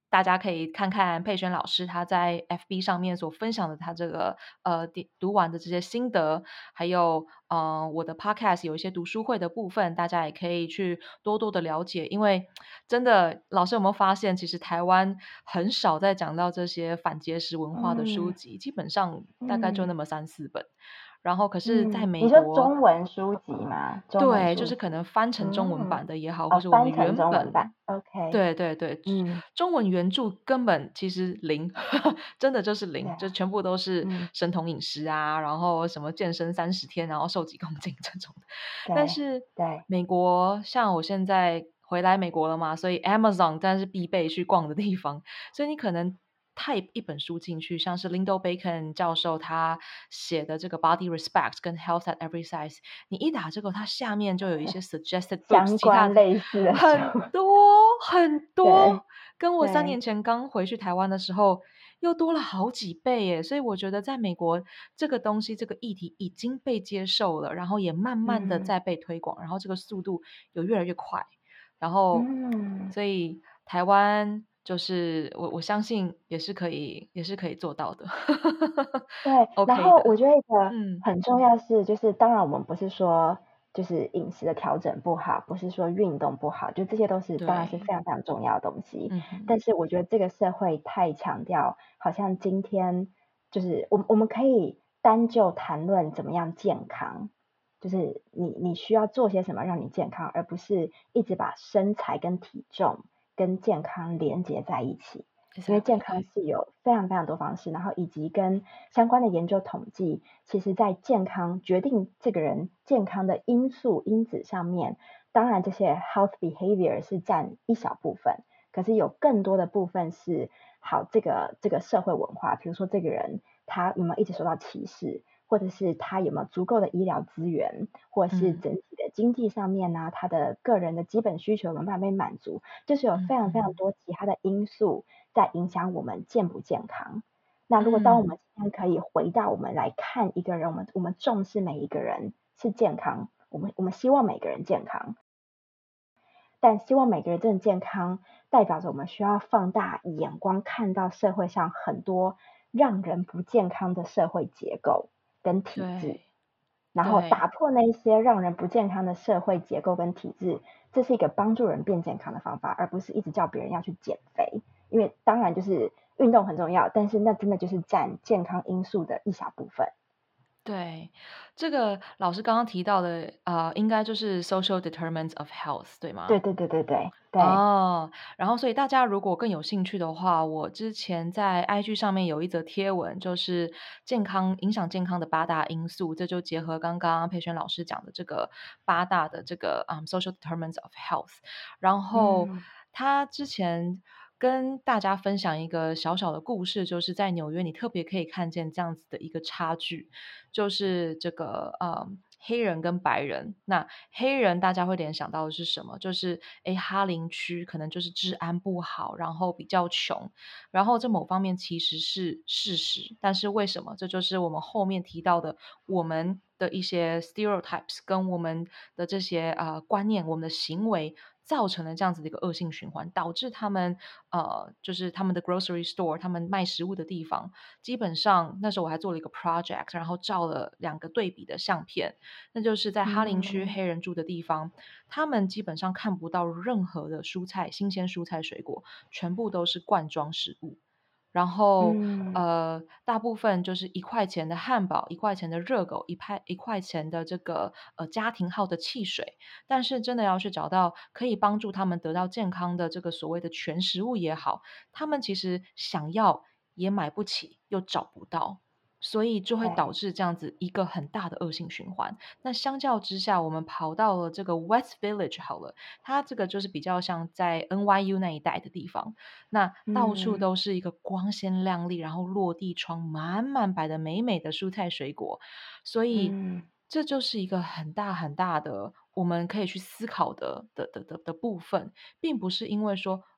大家可以看看佩璇老师他在 FB 上面所分享的他这个读完的这些心得，还有我的 Podcast 有一些读书会的部分，大家也可以去多多的了解。因为真的，老师有没有发现，其实台湾很少在讲到这些反节食文化的书嗯籍，基本上大概就嗯那么3、4本。然后可是在美你说国， 中文书籍吗？中文对，就书籍， 是可能翻成中文嗯， 版的也好，或哦， 是我们翻成原本中文版，OK， 对对对， 嗯， 中文原著根本其实零，真的就是零，就对啊， 全部都是嗯， 生酮饮食啊，然后什么健身30天，然后瘦几公斤这种的。但对是对， 美国，像我现在回来美国了嘛，所以 Amazon 但是必备去逛的地方，所以你可能type 一本书进去，像是 Lindo Bacon 教授他写的这个 Body Respect 跟 Health at Every Size，你一打这个，它下面就有一些 suggested books， 相其他的关类似的书， 很多很对多，跟我3年对， 前刚回去台湾的时候又多了好几倍耶。所以我觉得在美国这个东西这个议题已经被接受了，然后也慢慢的嗯在被推广，然后这个速度有越来越快。然后， 嗯。 所以台湾就是我相信也是可以做到的对，然 ，OK 的， 后我觉得一个嗯很重要是，就是当然我们不是说就是饮食的调整不好，不是说运动不好，就这些都是当然是对， 非常非常重要的东西。 嗯哼， 但是我觉得这个社会太强调，好像今天就是我们可以单就谈论怎么样健康，就是你需要做些什么让你健康，而不是一直把身材跟体重跟健康连接在一起。因为健 exactly， 康对， 是有非常非常多方式，然后以及跟相关的研究统计，其实在健康决定这个人健康的因子上面，当然这些 health behavior 是占一小部分，可是有更多的部分是好这个社会文化，比如说这个人他有没有一直受到歧视，或者是他有没有足够的医疗资源，或者是嗯整体的经济上面呢、他的个人的基本需求有没有办法被满足，就是有非常非常嗯嗯多其他的因素在影响我们健不健康。那如果当我嗯， 们今天可以回到我们来看一个人，我们重视每一个人是健康，我们希望每个人健康，但希望每个人真的健康，代表着我们需要放大眼光，看到社会上很多让人不健康的社会结构跟体制， 对然后打对。 破那一些让人不健康的社会结构跟体制，这是一个帮助人变健康的方法，而不是一直叫别人要去减肥。因为当然就是运动很重要，但是那真的就是占健康因素的一小部分。 对，这个老师刚刚提到的，应该就是 social determinants of health，对吗？ 对对对对对对， 哦，然后所以大家如果更有兴趣的话，我之前在 IG 上面有一则贴文，就是影响健康的8大因素，这就结合刚刚佩璇老师讲的这个8大的这个social determinants of health，然后嗯他之前跟大家分享一个小小的故事，就是在纽约，你特别可以看见这样子的一个差距，就是这个黑人跟白人。那黑人大家会联想到的是什么？就是哈林区可能就是治安不好，然后比较穷，然后这某方面其实是事实，但是为什么？这就是我们后面提到的，我们的一些 stereotypes 跟我们的这些观念，我们的行为。造成了这样子的一个恶性循环，导致他们就是他们的 grocery store，他们卖食物的地方，基本上那时候我还做了一个 project，然后照了2个对比的相片，那就是在哈林区嗯黑人住的地方，他们基本上看不到任何的蔬菜、新鲜蔬菜水果，全部都是罐装食物。然后， 嗯大部分就是1块钱的汉堡、1块钱的热狗、1块钱的这个家庭号的汽水。但是，真的要去找到可以帮助他们得到健康的这个所谓的全食物也好，他们其实想要也买不起，又找不到。所以就会对， 导致这样子一个很大的恶性循环。那相较之下，我们跑到了这个 West Village 好了，它这个就是比较像在 NYU 那一带的地方，那到处嗯都是一个光鲜亮丽，然后落地窗满满摆的美美的蔬菜水果，所以嗯这就是一个很大很大的我们可以去思考的部分，并不是因为说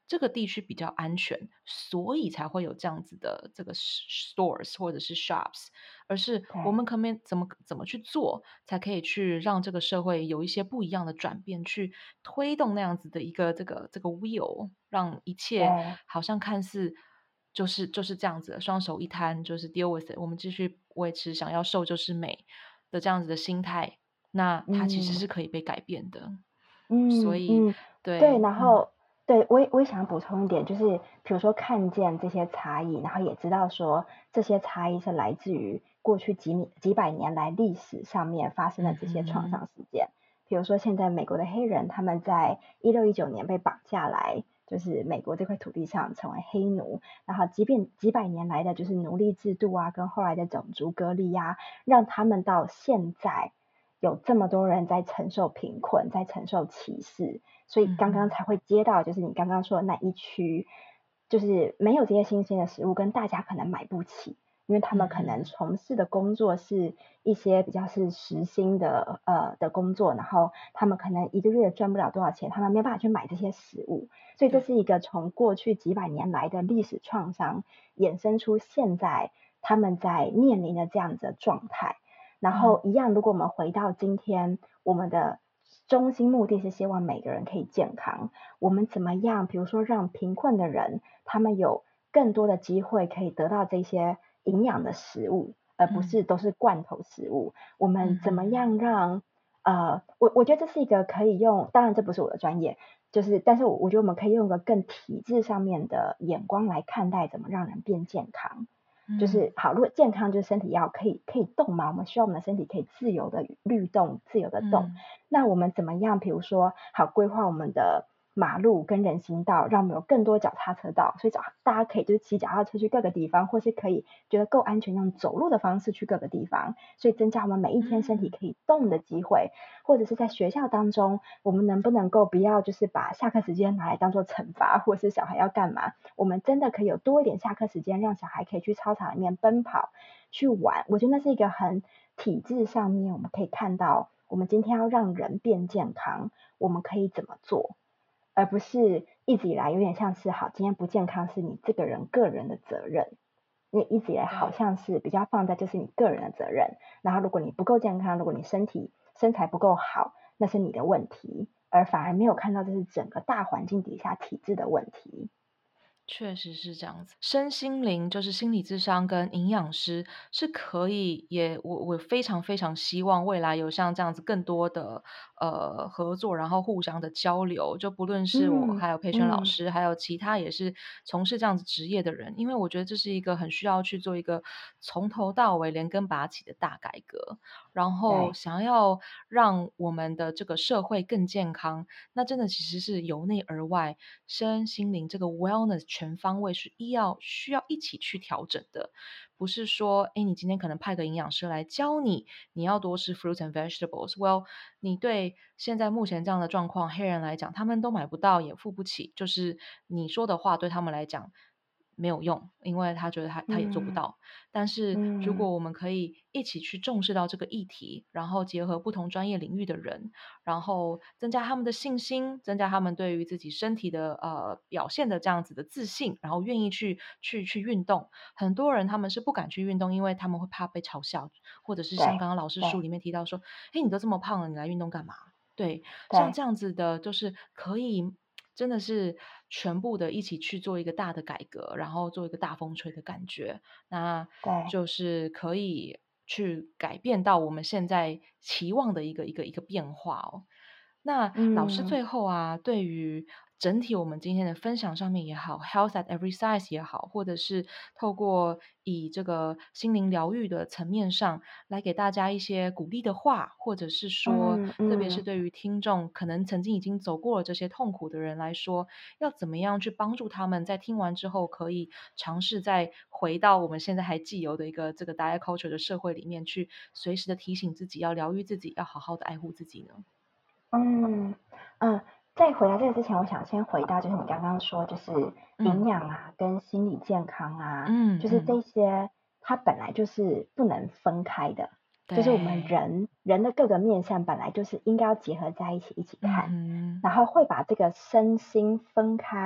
这个地区比较安全，所以才会有这样子的这个 stores 或者是 shops，而是我们对， 可能怎么去做，才可以去让这个社会有一些不一样的转变，去推动那样子的一个这个 wheel，让一切对， 好像看似就是这样子的，双手一摊，就是 deal with it，我们继续维持想要瘦就是美的这样子的心态，那它其实嗯。 是可以被改变的。所以嗯嗯，对， 对， 然后对我也想补充一点，就是比如说看见这些差异，然后也知道说这些差异是来自于过去几百年来历史上面发生的嗯这些创哼， 伤事件。比如说现在美国的黑人，他们在1619年被绑架来，就是美国这块土地上成为黑奴，然后即便几百年来的就是奴隶制度啊，跟后来的种族隔离啊，让他们到现在有这么多人在承受贫困，在承受歧视，所以嗯哼， 刚刚才会接到，就是你刚刚说的那一区，就是没有这些新鲜的食物，跟大家可能买不起，因为他们可能嗯哼， 从事的工作是一些比较是时薪的工作，然后他们可能一个月赚不了多少钱，他们没有办法去买这些食物，所以这对， 是一个从过去几百年来的历史创伤衍生出现在他们在面临的这样子的状态。然嗯后一样，如果我们回到今天，我们的中心目的是希望每个人可以健康。我们怎么样？比如说让贫困的人，他们有更多的机会可以得到这些营养的食物，而不嗯是都是罐头食物。我们嗯怎么哼， 样让我觉得这是一个可以用，当然这不是我的专业，就是但是我觉得我们可以用一个更体制上面的眼光来看待怎么让人变健康。就嗯是好，如果健康就是身体要可以动嘛，我们需要我们的身体可以自由的律动、自由的动。 嗯那我们怎么样？比如说，好规划我们的马路跟人行道，让我们有更多脚踏车道，所以大家可以就是骑脚踏车去各个地方，或是可以觉得够安全，用走路的方式去各个地方，所以增加我们每一天身体嗯可以动的机会。或者是在学校当中，我们能不能够不要就是把下课时间拿来当做惩罚，或是小孩要干嘛？我们真的可以有多一点下课时间，让小孩可以去操场里面奔跑、去玩。我觉得那是一个很体制上面我们可以看到，我们今天要让人变健康，我们可以怎么做，而不是一直以来有点像是好，今天不健康是你这个人个人的责任。因为一直以来好对。 像是比较放在就是你个人的责任，然后如果你不够健康，如果你身材不够好，那是你的问题，而反而没有看到这是整个大环境底下体制的问题。 确实是这样子，身心灵就是心理咨商跟营养师是可以也我非常非常希望未来有像这样子更多的合作，然后互相的交流，就不论是我嗯还有培训老嗯， 师，还有其他也是从事这样子职业的人，因为我觉得这是一个很需要去做一个从头到尾连根拔起的大改革，然后对， 想要让我们的这个社会更健康，那真的其实是由内而外，身心灵这个 wellness 全方位是需要一起去调整的，不是说，诶，你今天可能派个营养师来教你，你要多吃 fruits and vegetables。Well，你对现在目前这样的状况，黑人来讲，他们都买不到，也付不起，就是你说的话对他们来讲没有用，因为他觉得他也做不嗯到。但是如嗯， 果我们可以一起去重视到这个议题，然后结合不同专业领域的人，然后增加他们的信心，增加他们对于自己身体的表现的这样子的自信，然后愿意去运动。很多人他们是不敢去运动，因为他们会怕被嘲笑，或者是像对刚刚老师书对里面提到说，嘿，你都这么胖了，你来运动干嘛？对，像对这样子的，就是可以真的是全部的一起去做一个大的改革，然后做一个大风吹的感觉，那对， 就是可以去改变到我们现在期望的一个变化哦。那老师嗯最后啊，对于整体我们今天的分享上面也好，health at every size 也好，或者是透过以这个心灵疗愈的层面上来给大家一些鼓励的话，或者是说，特别是嗯嗯。 对于听众可能曾经已经走过了这些痛苦的人来说，要怎么样去帮助他们在听完之后，可以尝试再回到我们现在还既有的一个这个 diet culture 的社会里面去，随时的提醒自己要疗愈自己，要好好的爱护自己呢？ 嗯，在回答这个之前，我想先回答，就是你刚刚说，就是营嗯养啊，跟心理健康啊，就是这嗯嗯， 些，它本来就是不能分开的，就是我们对， 人的各个面向本来就是应该要结合在一起一起嗯看， 哼， 然后会把这个身心分开，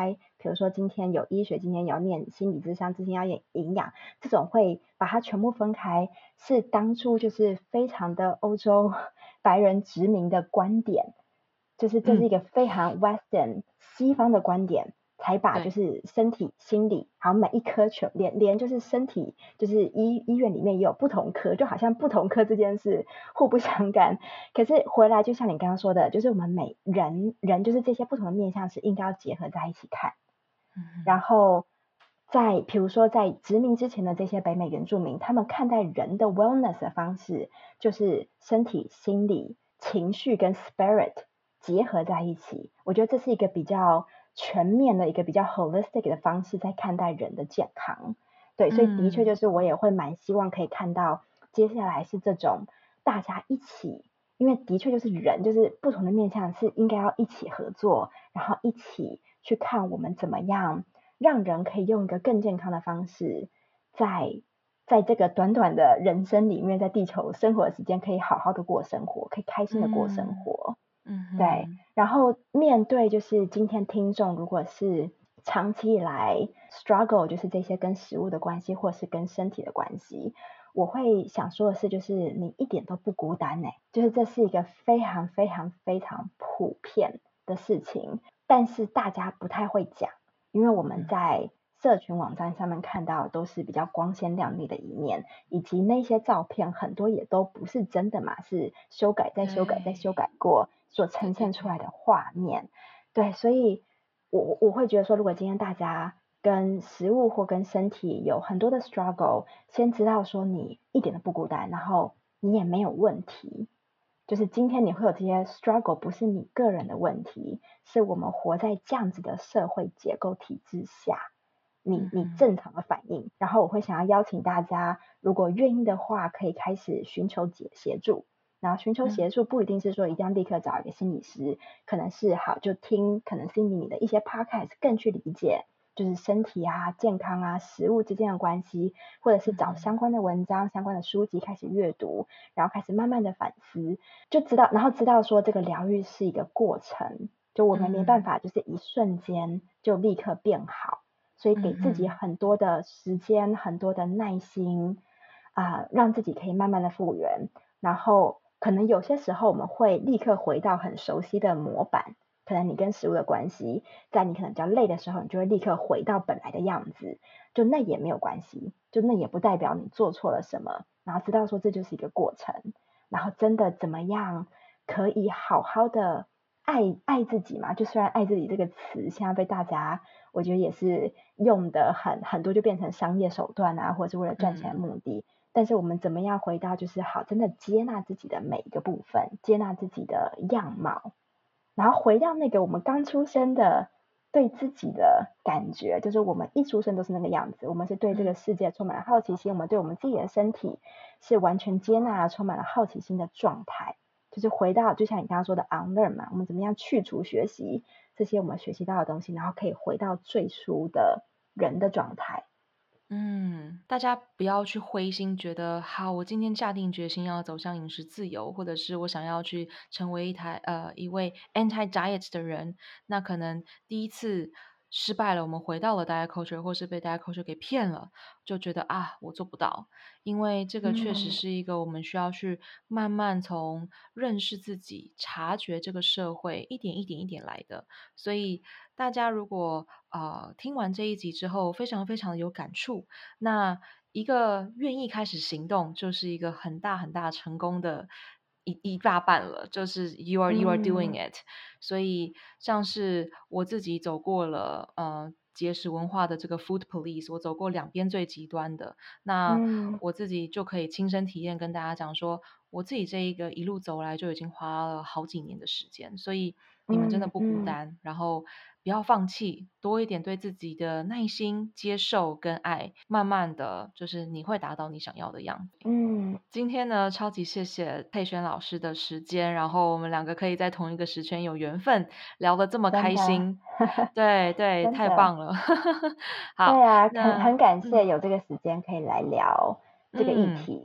比如说今天有医学，今天有念心理咨商，今天要念营养，这种会把它全部分开，是当初就是非常的欧洲白人殖民的观点，就是这是一个非常 Western 西方的观点，才把就是身体、心理，好每一科连就是身体，就是医院里面也有不同科，就好像不同科这件事互不相干。可是回来就像你刚刚说的，就是我们每人就是这些不同的面向是应该要结合在一起看。然后比如说在殖民之前的这些北美原住民，他们看待人的 wellness 的方式，就是身体、心理、情绪跟 spirit 结合在一起。我觉得这是一个比较全面的一个比较 holistic 的方式在看待人的健康。对，所以的确就是我也会蛮希望可以看到接下来是这种大家一起，因为的确就是人就是不同的面向是应该要一起合作，然后一起去看我们怎么样让人可以用一个更健康的方式，在这个短短的人生里面，在地球生活的时间，可以好好的过生活，可以开心的过生活。对。然后面对就是今天听众如果是长期以来 struggle 就是这些跟食物的关系，或是跟身体的关系，我会想说的是，就是你一点都不孤单就是这是一个非常非常非常普遍的事情，但是大家不太会讲。因为我们在社群网站上面看到都是比较光鲜亮丽的一面，以及那些照片很多也都不是真的嘛，是修改再修改再修改过所呈现出来的画面。对，所以我会觉得说，如果今天大家跟食物或跟身体有很多的 struggle， 先知道说你一点都不孤单，然后你也没有问题。就是今天你会有这些 struggle， 不是你个人的问题，是我们活在这样子的社会结构体制下，你正常的反应。然后我会想要邀请大家，如果愿意的话，可以开始寻求协助。然后寻求协助不一定是说一定要立刻找一个心理师，可能是好就听可能心理你的一些 podcast 更去理解就是身体啊、健康啊、食物之间的关系，或者是找相关的文章、相关的书籍开始阅读，然后开始慢慢的反思，就知道，然后知道说这个疗愈是一个过程，就我们没办法就是一瞬间就立刻变好，所以给自己很多的时间、很多的耐心让自己可以慢慢的复原。然后可能有些时候我们会立刻回到很熟悉的模板，可能你跟食物的关系，在你可能比较累的时候，你就会立刻回到本来的样子，就那也没有关系，就那也不代表你做错了什么，然后知道说这就是一个过程，然后真的怎么样可以好好的爱自己嘛，就虽然爱自己这个词现在被大家我觉得也是用的很多就变成商业手段啊，或者是为了赚钱的目的，但是我们怎么样回到就是好真的接纳自己的每一个部分，接纳自己的样貌，然后回到那个我们刚出生的对自己的感觉，就是我们一出生都是那个样子，我们是对这个世界充满了好奇心，我们对我们自己的身体是完全接纳充满了好奇心的状态，就是回到就像你刚刚说的 unlearn 嘛，我们怎么样去除学习这些我们学习到的东西，然后可以回到最初的人的状态。 大家不要去灰心，觉得好，我今天下定决心要走向饮食自由，或者是我想要去成为一位 anti diet 的人，那可能第一次失败了，我们回到了 diet culture，或是被 diet culture 给骗了，就觉得我做不到，因为这个确实是一个我们需要去慢慢从认识自己、察觉这个社会一点一点一点来的。所以大家如果听完这一集之后，非常非常有感触，那一个愿意开始行动，就是一个很大很大成功的一大半了，就是 you are doing it。所以像是我自己走过了节食文化的这个 food police，我走过两边最极端的，那我自己就可以亲身体验，跟大家讲说，我自己这一个一路走来就已经花了好几年的时间，所以你们真的不孤单，然后不要放弃，多一点对自己的耐心、接受跟爱，慢慢的就是你会达到你想要的样子。今天呢，超级谢谢佩萱老师的时间，然后我们两个可以在同一个时圈有缘分，聊得这么开真的心，对对， 真的太棒了。好， 对啊，很那感谢有这个时间可以来聊这个议嗯， 题。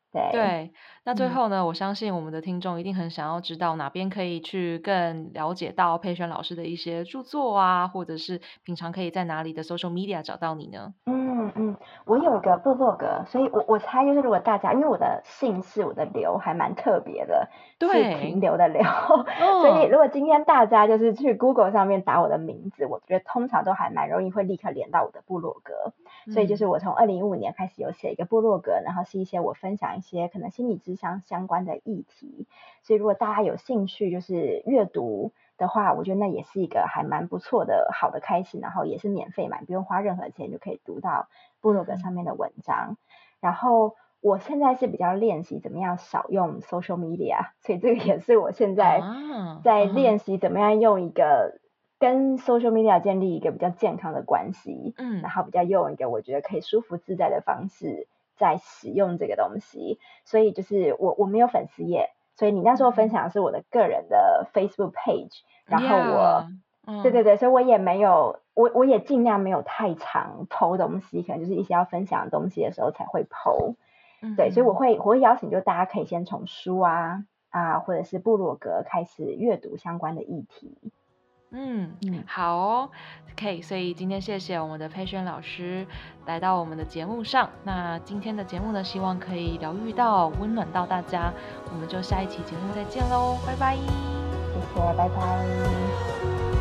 对， 对，那最嗯。 后呢，我相信我们的听众一定很想要知道哪边可以去更了解到佩轩老师的一些著作啊，或者是平常可以在哪里的 social media 找到你呢？ 我有一个部落格，所以我猜就是如果大家，因为我的姓氏我的刘还蛮特别的，是停对， 留的留，所以嗯如果今天大家就是去 Google 上面打我的名字，我觉得通常都还蛮容易会立刻连到我的部落格。所以就是嗯我从2015年开始有写一个部落格，然后是一些我分享一些可能心理咨商相关的议题，所以如果大家有兴趣就是阅读的话，我觉得那也是一个还蛮不错的好的开始，然后也是免费嘛，不用花任何钱就可以读到部落格上面的文章。然后我现在是比较练习怎么样少用 social media，所以这个也是我现在啊， 在嗯哼， 练习怎么样用一个跟 social media 建立一个比较健康的关系，然嗯后比较用一个我觉得可以舒服自在的方式在使用这个东西。所以就是我没有粉丝页，所以你那时候分嗯享的是我的个人的 Facebook page，然后 ，Yeah， 对对嗯对，所以我也没有，我也尽量没有太常 po 东西，可能就是一些要分享的东西的时候才会 po。对，所以嗯哼。 我会邀请，就大家可以先从书或者是部落格开始阅读相关的议题。 嗯， 嗯， 好哦，OK，所以今天谢谢我们的佩轩老师来到我们的节目上。那今天的节目呢，希望可以疗愈到、温暖到大家。我们就下一期节目再见喽，拜拜。 谢谢，拜拜。